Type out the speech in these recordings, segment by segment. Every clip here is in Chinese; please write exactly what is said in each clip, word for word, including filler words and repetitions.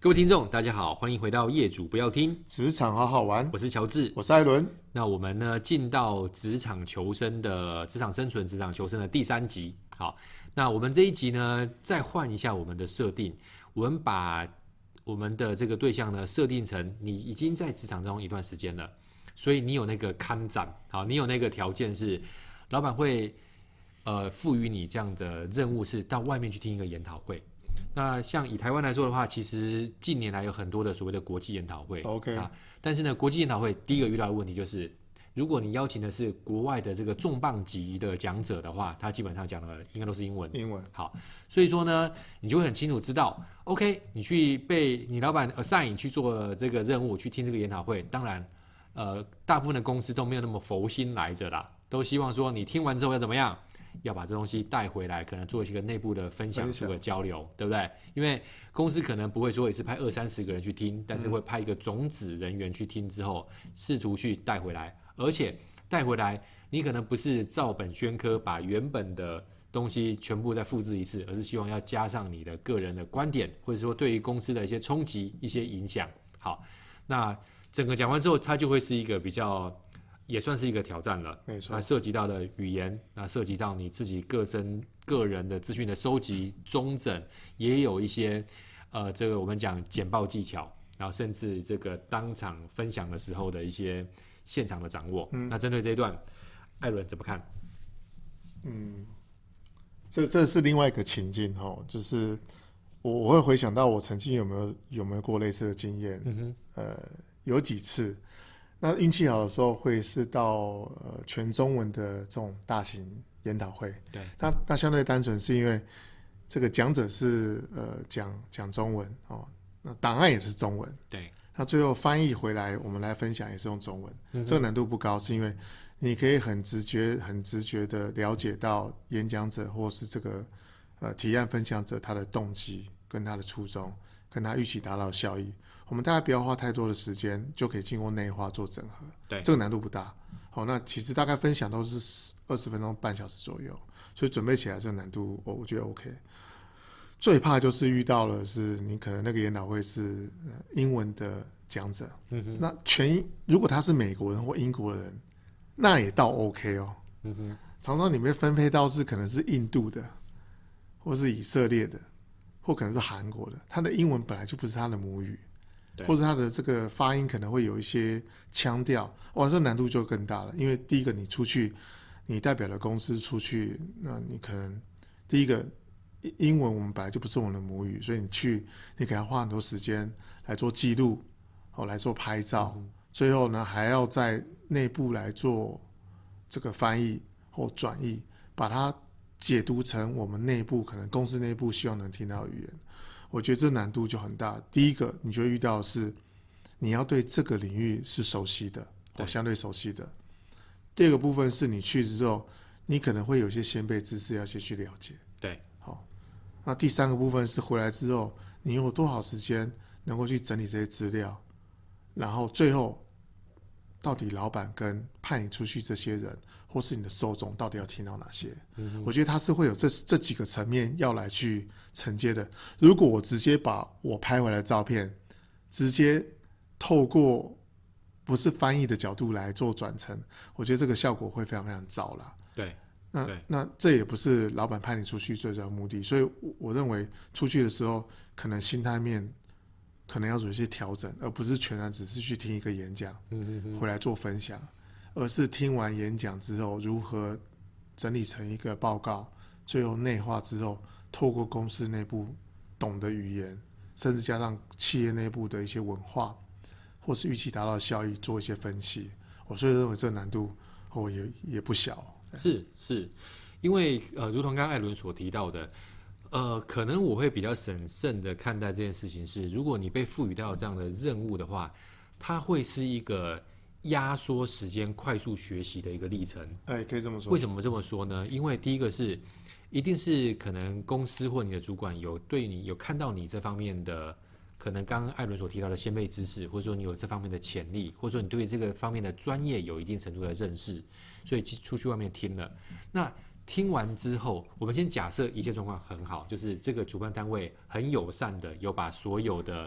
各位听众大家好，欢迎回到业主不要听职场好好玩， 我是乔治， 我是艾伦。 那我们呢进到职场求生的职场生存职场求生的第三集。好，那我们这一集呢再换一下我们的设定，我们把我们的这个对象呢设定成你已经在职场中一段时间了，所以你有那个看展，好，你有那个条件是老板会呃赋予你这样的任务，是到外面去听一个研讨会。那像以台湾来说的话，其实近年来有很多的所谓的国际研讨会 ，OK 啊，但是呢，国际研讨会第一个遇到的问题就是，如果你邀请的是国外的这个重磅级的讲者的话，他基本上讲的应该都是英文。 英文好，所以说呢，你就会很清楚知道 ，OK， 你去被你老板 assign 去做这个任务，去听这个研讨会，当然，呃，大部分的公司都没有那么佛心来着啦，都希望说你听完之后要怎么样？要把这东西带回来，可能做一个内部的分享，做个交流，对不对？因为公司可能不会说也是派二三十个人去听，但是会派一个种子人员去听之后，试图去带回来，而且带回来，你可能不是照本宣科，把原本的东西全部再复制一次，而是希望要加上你的个人的观点，或者说对于公司的一些冲击、一些影响。好，那整个讲完之后，它就会是一个比较。也算是一个挑战了， 没错。 那涉及到的语言，那涉及到你自己个身个人的资讯的收集、中整，也有一些呃，这个我们讲简报技巧，然后甚至这个当场分享的时候的一些现场的掌握。嗯、那针对这一段，艾伦怎么看？ 嗯，这这是另外一个情境哈，就是我我会回想到我曾经有没有有没有过类似的经验，嗯哼，呃，有几次。那运气好的时候会是到呃全中文的这种大型研讨会， 对， 那那相对单纯是因为这个讲者是呃讲讲中文哦，那档案也是中文， 对， 那最后翻译回来我们来分享也是用中文，嗯、这个难度不高，是因为你可以很直觉很直觉的了解到演讲者或是这个呃提案分享者他的动机跟他的初衷，跟他预期达到的效益。我们大概不要花太多的时间，就可以经过内化做整合。 对， 这个难度不大。好，那其实大概分享都是二十分钟、半小时左右，所以准备起来这个难度，我我觉得 OK。最怕就是遇到了是你可能那个研讨会是英文的讲者，嗯哼，那全如果他是美国人或英国人，那也倒 OK 哦。嗯哼，常常你被分配到是可能是印度的，或是以色列的，或可能是韩国的，他的英文本来就不是他的母语。或者他的这个发音可能会有一些腔调，哇，这难度就更大了。因为第一个，你出去，你代表了公司出去，那你可能第一个英文我们本来就不是我们的母语，所以你去，你可能要花很多时间来做记录，哦，来做拍照，嗯、最后呢还要在内部来做这个翻译或转译，把它解读成我们内部可能公司内部希望能听到的语言。我觉得这难度就很大。第一个，你就会遇到的是你要对这个领域是熟悉的，哦，相对熟悉的。第二个部分是你去之后，你可能会有些先辈知识要先去了解。 对， 好。那第三个部分是回来之后，你有多少时间能够去整理这些资料，然后最后到底老板跟派你出去这些人，或是你的受众到底要听到哪些？嗯、我觉得他是会有这这几个层面要来去承接的。如果我直接把我拍回来的照片，直接透过不是翻译的角度来做转成，我觉得这个效果会非常非常糟啦。 对， 那对那这也不是老板派你出去最主要目的，所以我认为出去的时候，可能心态面可能要有一些调整，而不是全然只是去听一个演讲，嗯嗯回来做分享。而是听完演讲之后，如何整理成一个报告，最后内化之后，透过公司内部懂的语言，甚至加上企业内部的一些文化，或是预期达到的效益，做一些分析。我所以认为这难度哦也也不小。 是是，因为呃，如同刚刚艾伦所提到的，呃，可能我会比较审慎的看待这件事情是，如果你被赋予到这样的任务的话，它会是一个压缩时间、快速学习的一个历程。 哎，可以这么说。 为什么这么说呢？因为第一个是，一定是可能公司或你的主管有对你有看到你这方面的，可能刚刚艾伦所提到的先辈知识，或者说你有这方面的潜力，或者说你对这个方面的专业有一定程度的认识，所以出去外面听了。那听完之后，我们先假设一切状况很好，就是这个主办单位很友善的，有把所有的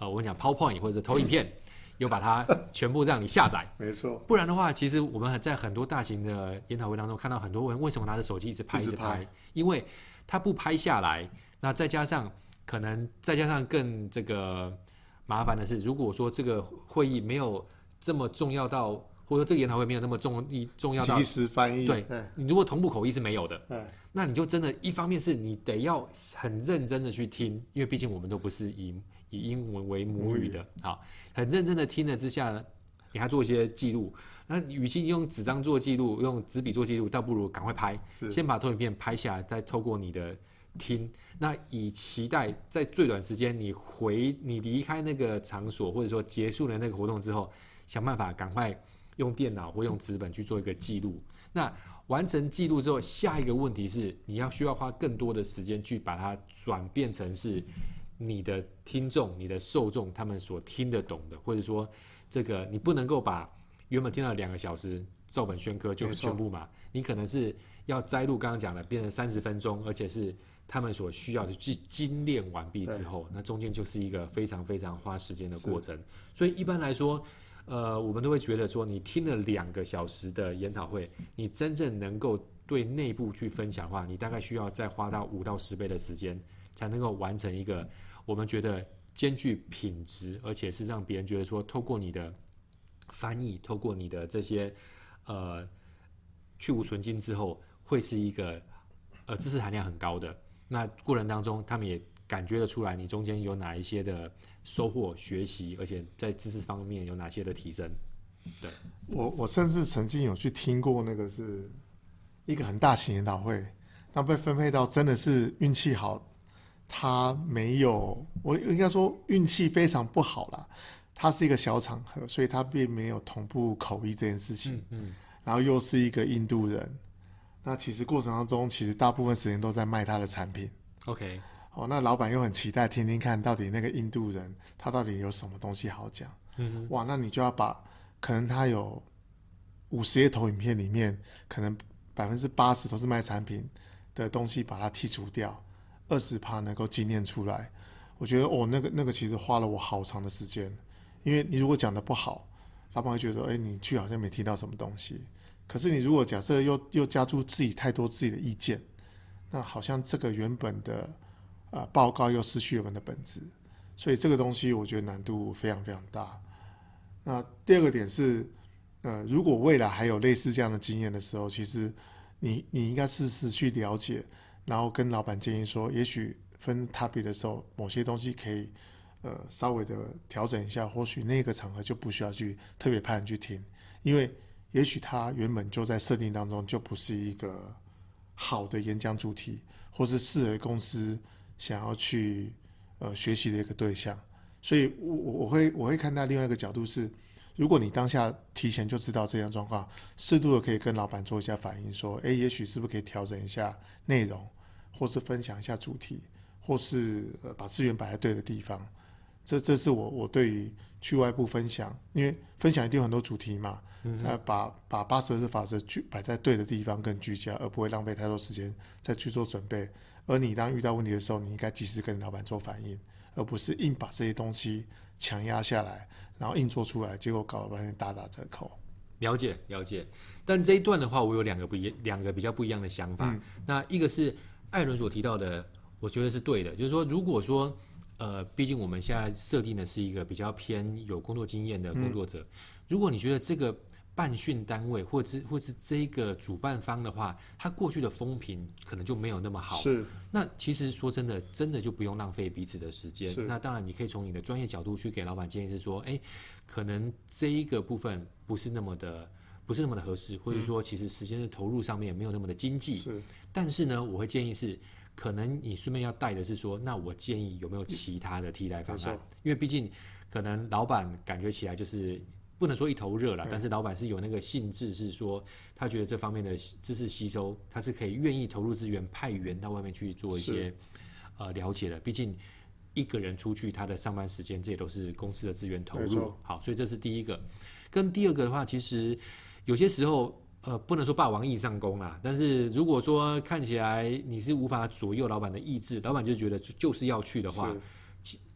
呃，我跟你讲 PowerPoint 或者投影片，有把它全部让你下载。 没错。 不然的话，其实我们在很多大型的研讨会当中看到很多人为什么拿着手机一直拍一直一直拍， 拍因为他不拍下来，那再加上可能再加上更这个麻烦的是，如果说这个会议没有这么重要到，或者说这个研讨会没有那么重重要到即时翻译， 对，你如果同步口译是没有的， 对， 那你就真的一方面是你得要很认真的去听，因为毕竟我们都不是以以英文为母语的，好，很认真的听了之下，你还做一些记录。那与其用纸张做记录，用纸笔做记录，倒不如赶快拍，先把投影片拍下来，再透过你的听。那以期待在最短时间你回你离开那个场所，或者说结束了那个活动之后，想办法赶快用电脑或用纸本去做一个记录。那完成记录之后，下一个问题是你要需要花更多的时间去把它转变成是你的听众、你的受众他们所听得懂的，或者说这个你不能够把原本听到两个小时照本宣科就全部嘛，你可能是要摘录刚刚讲的变成三十分钟，而且是他们所需要的去精炼完毕之后，那中间就是一个非常非常花时间的过程。所以一般来说，呃，我们都会觉得说，你听了两个小时的研讨会，你真正能够对内部去分享的话，你大概需要再花到五到十倍的时间，才能够完成一个我们觉得兼具品质，而且是让别人觉得说，透过你的翻译，透过你的这些呃去无存菁之后，会是一个呃知识含量很高的。那过程当中，他们也感觉得出来，你中间有哪一些的收获、学习，而且在知识方面有哪些的提升。对， 我我甚至曾经有去听过那个是一个很大型研讨会，那被分配到真的是运气好，他没有，我应该说运气非常不好啦。它是一个小场合，所以他并没有同步口译这件事情。嗯嗯，然后又是一个印度人，那其实过程当中，其实大部分时间都在卖他的产品。 OK， 哦，那老板又很期待听听看到底那个印度人他到底有什么东西好讲。嗯，哇，那你就要把可能他有五十页投影片里面，可能百分之八十都是卖产品的东西，把它剔除掉，二十趴能够精炼出来。我觉得哦，那个那个其实花了我好长的时间。因为你如果讲的不好，老板会觉得，哎，你去好像没听到什么东西。可是你如果假设又又加注自己太多自己的意见，那好像这个原本的呃报告又失去了原本的本质。所以这个东西我觉得难度非常非常大。那第二个点是，呃，如果未来还有类似这样的经验的时候，其实你你应该试试去了解，然后跟老板建议说，也许分 topic 的时候，某些东西可以。呃，稍微的调整一下，或许那个场合就不需要去特别派人去听，因为也许他原本就在设定当中就不是一个好的演讲主题，或是适合公司想要去呃学习的一个对象。所以我我会我会看到另外一个角度是，如果你当下提前就知道这样状况，适度的可以跟老板做一下反映，说，哎，也许是不是可以调整一下内容，或是分享一下主题，或是、呃、把资源摆在对的地方。这这是我我对于去外部分享，因为分享一定有很多主题嘛，嗯、呃，把把八十二十法则摆在对的地方更居家，而不会浪费太多时间再去做准备。而你当遇到问题的时候，你应该及时跟老板做反应，而不是硬把这些东西强压下来，然后硬做出来，结果搞了半天大打折扣。 了解了解，但这一段的话，我有两个不一两个比较不一样的想法。嗯、那一个是艾伦所提到的，我觉得是对的，就是说，如果说呃，毕竟我们现在设定的是一个比较偏有工作经验的工作者。嗯、如果你觉得这个办训单位或者或是这个主办方的话，他过去的风评可能就没有那么好。 是。 那其实说真的，真的就不用浪费彼此的时间。那当然，你可以从你的专业角度去给老板建议，是说，哎，可能这一个部分不是那么的。不是那么的合适，或者说其实时间的投入上面没有那么的经济。 是。但是呢，我会建议是。可能你顺便要带的是说，那我建议有没有其他的替代方案？因为毕竟可能老板感觉起来就是不能说一头热了，但是老板是有那个兴致，是说他觉得这方面的知识吸收，他是可以愿意投入资源派员到外面去做一些呃了解的。毕竟一个人出去，他的上班时间这也都是公司的资源投入。好，所以这是第一个。跟第二个的话，其实有些时候。呃，不能说霸王意上弓啦，但是如果说看起来你是无法左右老板的意志，老板就觉得就就是要去的话，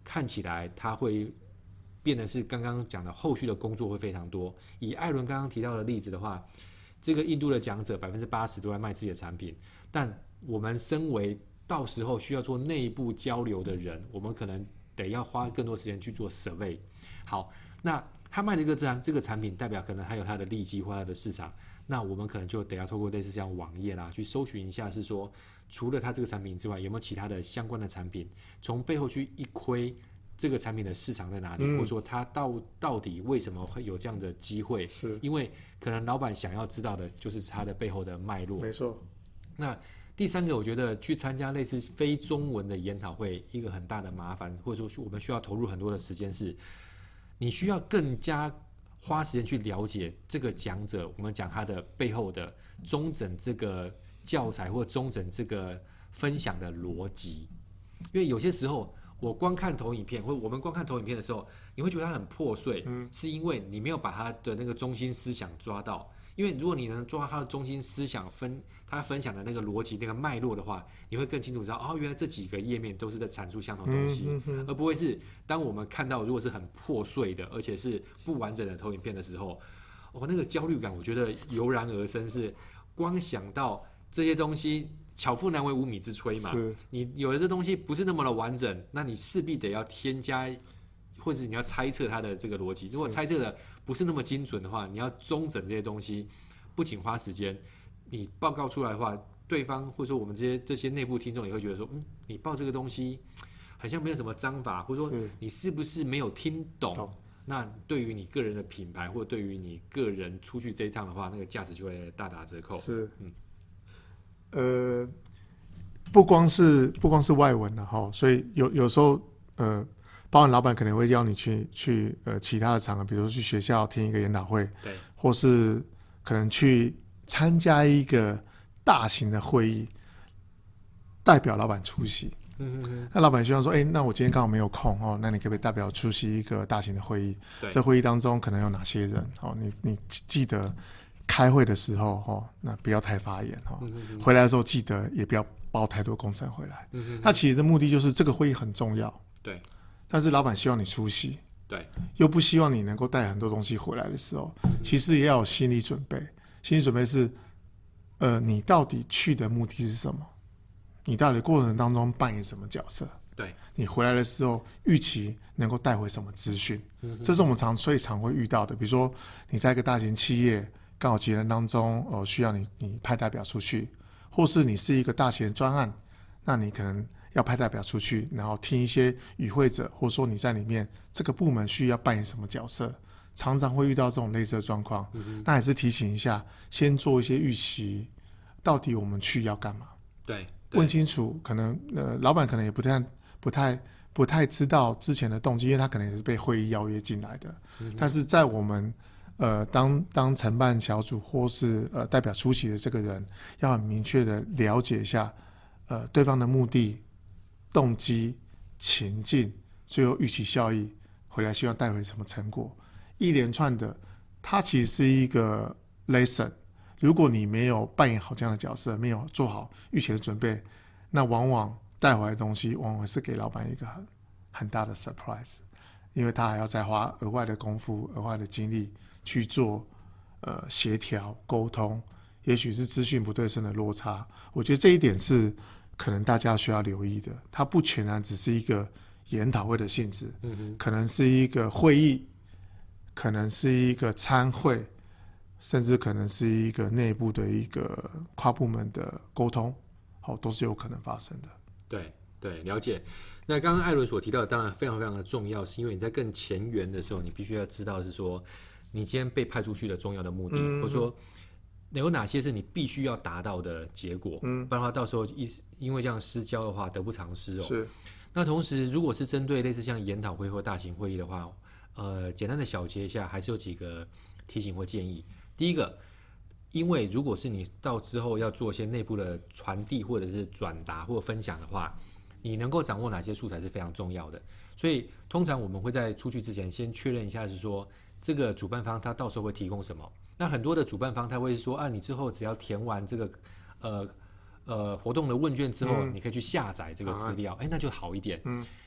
看起来它会变得是刚刚讲的后续的工作会非常多。以艾伦刚刚提到的例子的话，这个印度的讲者百分之八十都在卖自己的产品，但我们身为到时候需要做内部交流的人，我们可能得要花更多时间去做 survey。好，那他卖的这个这个产品，代表可能还有它的利基或它的市场，那我们可能就得要透过类似这样网页啦，去搜寻一下，是说除了它这个产品之外，有没有其他的相关的产品，从背后去一窥这个产品的市场在哪里，嗯、或者说它到到底为什么会有这样的机会？ 是因为可能老板想要知道的就是它的背后的脉络。 没错。 那第三个，我觉得去参加类似非中文的研讨会，一个很大的麻烦，或者说我们需要投入很多的时间是，你需要更加花时间去了解这个讲者，我们讲他的背后的中整这个教材或中整这个分享的逻辑，因为有些时候我光看投影片，或者我们光看投影片的时候，你会觉得它很破碎，嗯、是因为你没有把它的那个中心思想抓到。因为如果你能抓它的中心思想分，他分享的那个逻辑、那个脉络的话，你会更清楚知道哦，原来这几个页面都是在阐述相同东西，嗯嗯嗯、而不会是当我们看到如果是很破碎的，而且是不完整的投影片的时候，哦，那个焦虑感我觉得油然而生，是光想到这些东西。巧妇难为无米之炊嘛，你有的这东西不是那么的完整，那你势必得要添加，或者是你要猜测它的这个逻辑。如果猜测的不是那么精准的话，你要中整这些东西，不仅花时间，你报告出来的话，对方或者说我们这些这些内部听众也会觉得说，嗯，你报这个东西好像没有什么章法，或者说你是不是没有听懂？懂那对于你个人的品牌，或对于你个人出去这一趟的话，那个价值就会大打折扣。 是，嗯。呃，不光是不光是外文了哈，所以有有时候呃，包含老板可能会邀你去去呃其他的场合，比如说去学校听一个研讨会， 对， 或是可能去参加一个大型的会议，代表老板出席。嗯嗯嗯。那老板希望说，哎、欸，那我今天刚好没有空哦，那你可不可以代表出席一个大型的会议？这会议当中可能有哪些人？哦，你你记得。开会的时候、哦、那不要太发言、哦嗯、回来的时候记得也不要包太多工程回来、嗯、那其实的目的就是这个会议很重要， 对， 但是老板希望你出席， 对， 又不希望你能够带很多东西回来的时候、嗯、其实也要有心理准备。心理准备是呃，你到底去的目的是什么，你到底过程当中扮演什么角色， 对， 你回来的时候预期能够带回什么资讯、嗯、这是我们常最常会遇到的。比如说你在一个大型企业刚好节人当中、呃、需要你你派代表出去，或是你是一个大型的专案，那你可能要派代表出去，然后听一些与会者，或者说你在里面这个部门需要扮演什么角色，常常会遇到这种类似的状况、嗯、那还是提醒一下，先做一些预期，到底我们去要干嘛， 对, 对问清楚。可能呃，老板可能也不太不太不太知道之前的动机，因为他可能也是被会议邀约进来的、嗯、但是在我们呃，当当承办小组或是呃代表出席的这个人，要很明确的了解一下，呃，对方的目的、动机、情境，最后预期效益，回来希望带回什么成果，一连串的，它其实是一个 lesson。如果你没有扮演好这样的角色，没有做好预前的准备，那往往带回来的东西，往往是给老板一个很很大的 surprise， 因为他还要再花额外的功夫、额外的精力。去做呃协调沟通，也许是资讯不对称的落差，我觉得这一点是可能大家需要留意的。它不全然只是一个研讨会的性质、嗯、可能是一个会议，可能是一个参会，甚至可能是一个内部的一个跨部门的沟通、哦、都是有可能发生的。 对对，了解。那刚刚艾伦所提到的当然非常非常的重要，是因为你在更前缘的时候，你必须要知道是说你今天被派出去的重要的目的、嗯、或者说有哪些是你必须要达到的结果、嗯、不然的话到时候因为这样失焦的话得不偿失哦。 是。 那同时如果是针对类似像研讨会或大型会议的话，呃，简单的小结一下，还是有几个提醒或建议。第一个，因为如果是你到之后要做一些内部的传递或者是转达或分享的话，你能够掌握哪些素材是非常重要的。所以通常我们会在出去之前先确认一下，是说这个主办方他到时候会提供什么。那很多的主办方他会说啊，你之后只要填完这个呃呃活动的问卷之后、嗯、你可以去下载这个资料，哎，那就好一点。嗯，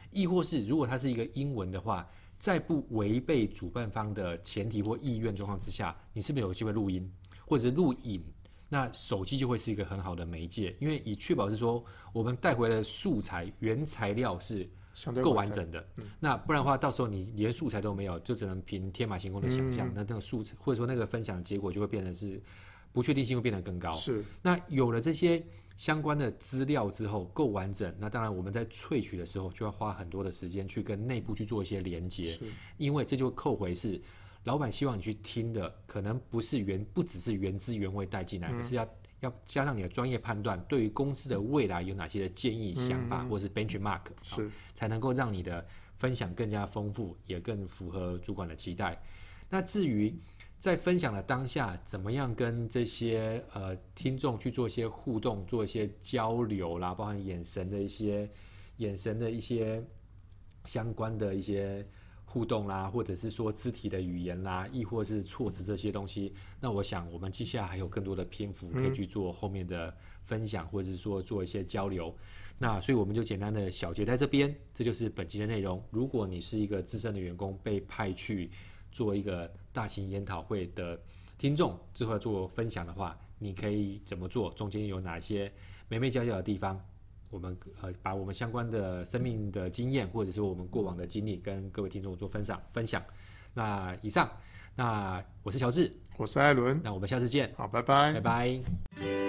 亦或是如果它是一个英文的话，在不违背主办方的前提或意愿状况之下，你是不是有机会录音或者是录影？那手机就会是一个很好的媒介，因为以确保是说我们带回的素材原材料是够完整的。嗯、那不然的话，到时候你连素材都没有，就只能凭天马行空的想象，嗯、那那个素材或者说那个分享的结果就会变成是不确定性会变得更高。 是。 那有了这些相关的资料之后够完整，那当然我们在萃取的时候就要花很多的时间去跟内部去做一些连接，因为这就扣回是老板希望你去听的，可能不是原不只是原汁原味带进来，而、嗯、是要要加上你的专业判断，对于公司的未来有哪些的建议、想法，嗯、或是 benchmark， 是才能够让你的分享更加丰富，也更符合主管的期待。那至于在分享的当下，怎么样跟这些呃听众去做一些互动，做一些交流啦，包含眼神的一些眼神的一些相关的一些互动啦，或者是说肢体的语言啦，亦或是措辞这些东西，那我想我们接下来还有更多的篇幅可以去做后面的分享，或者是说做一些交流。那所以我们就简单的小结在这边，这就是本期的内容。如果你是一个资深的员工，被派去做一个大型研讨会的听众，之后做分享的话，你可以怎么做？中间有哪些眉眉角角的地方？我们呃把我们相关的生命的经验，或者是我们过往的经历，跟各位听众做分享分享。那以上，那我是乔治， 我是艾伦， 那我们下次见， 好，拜拜， 拜拜。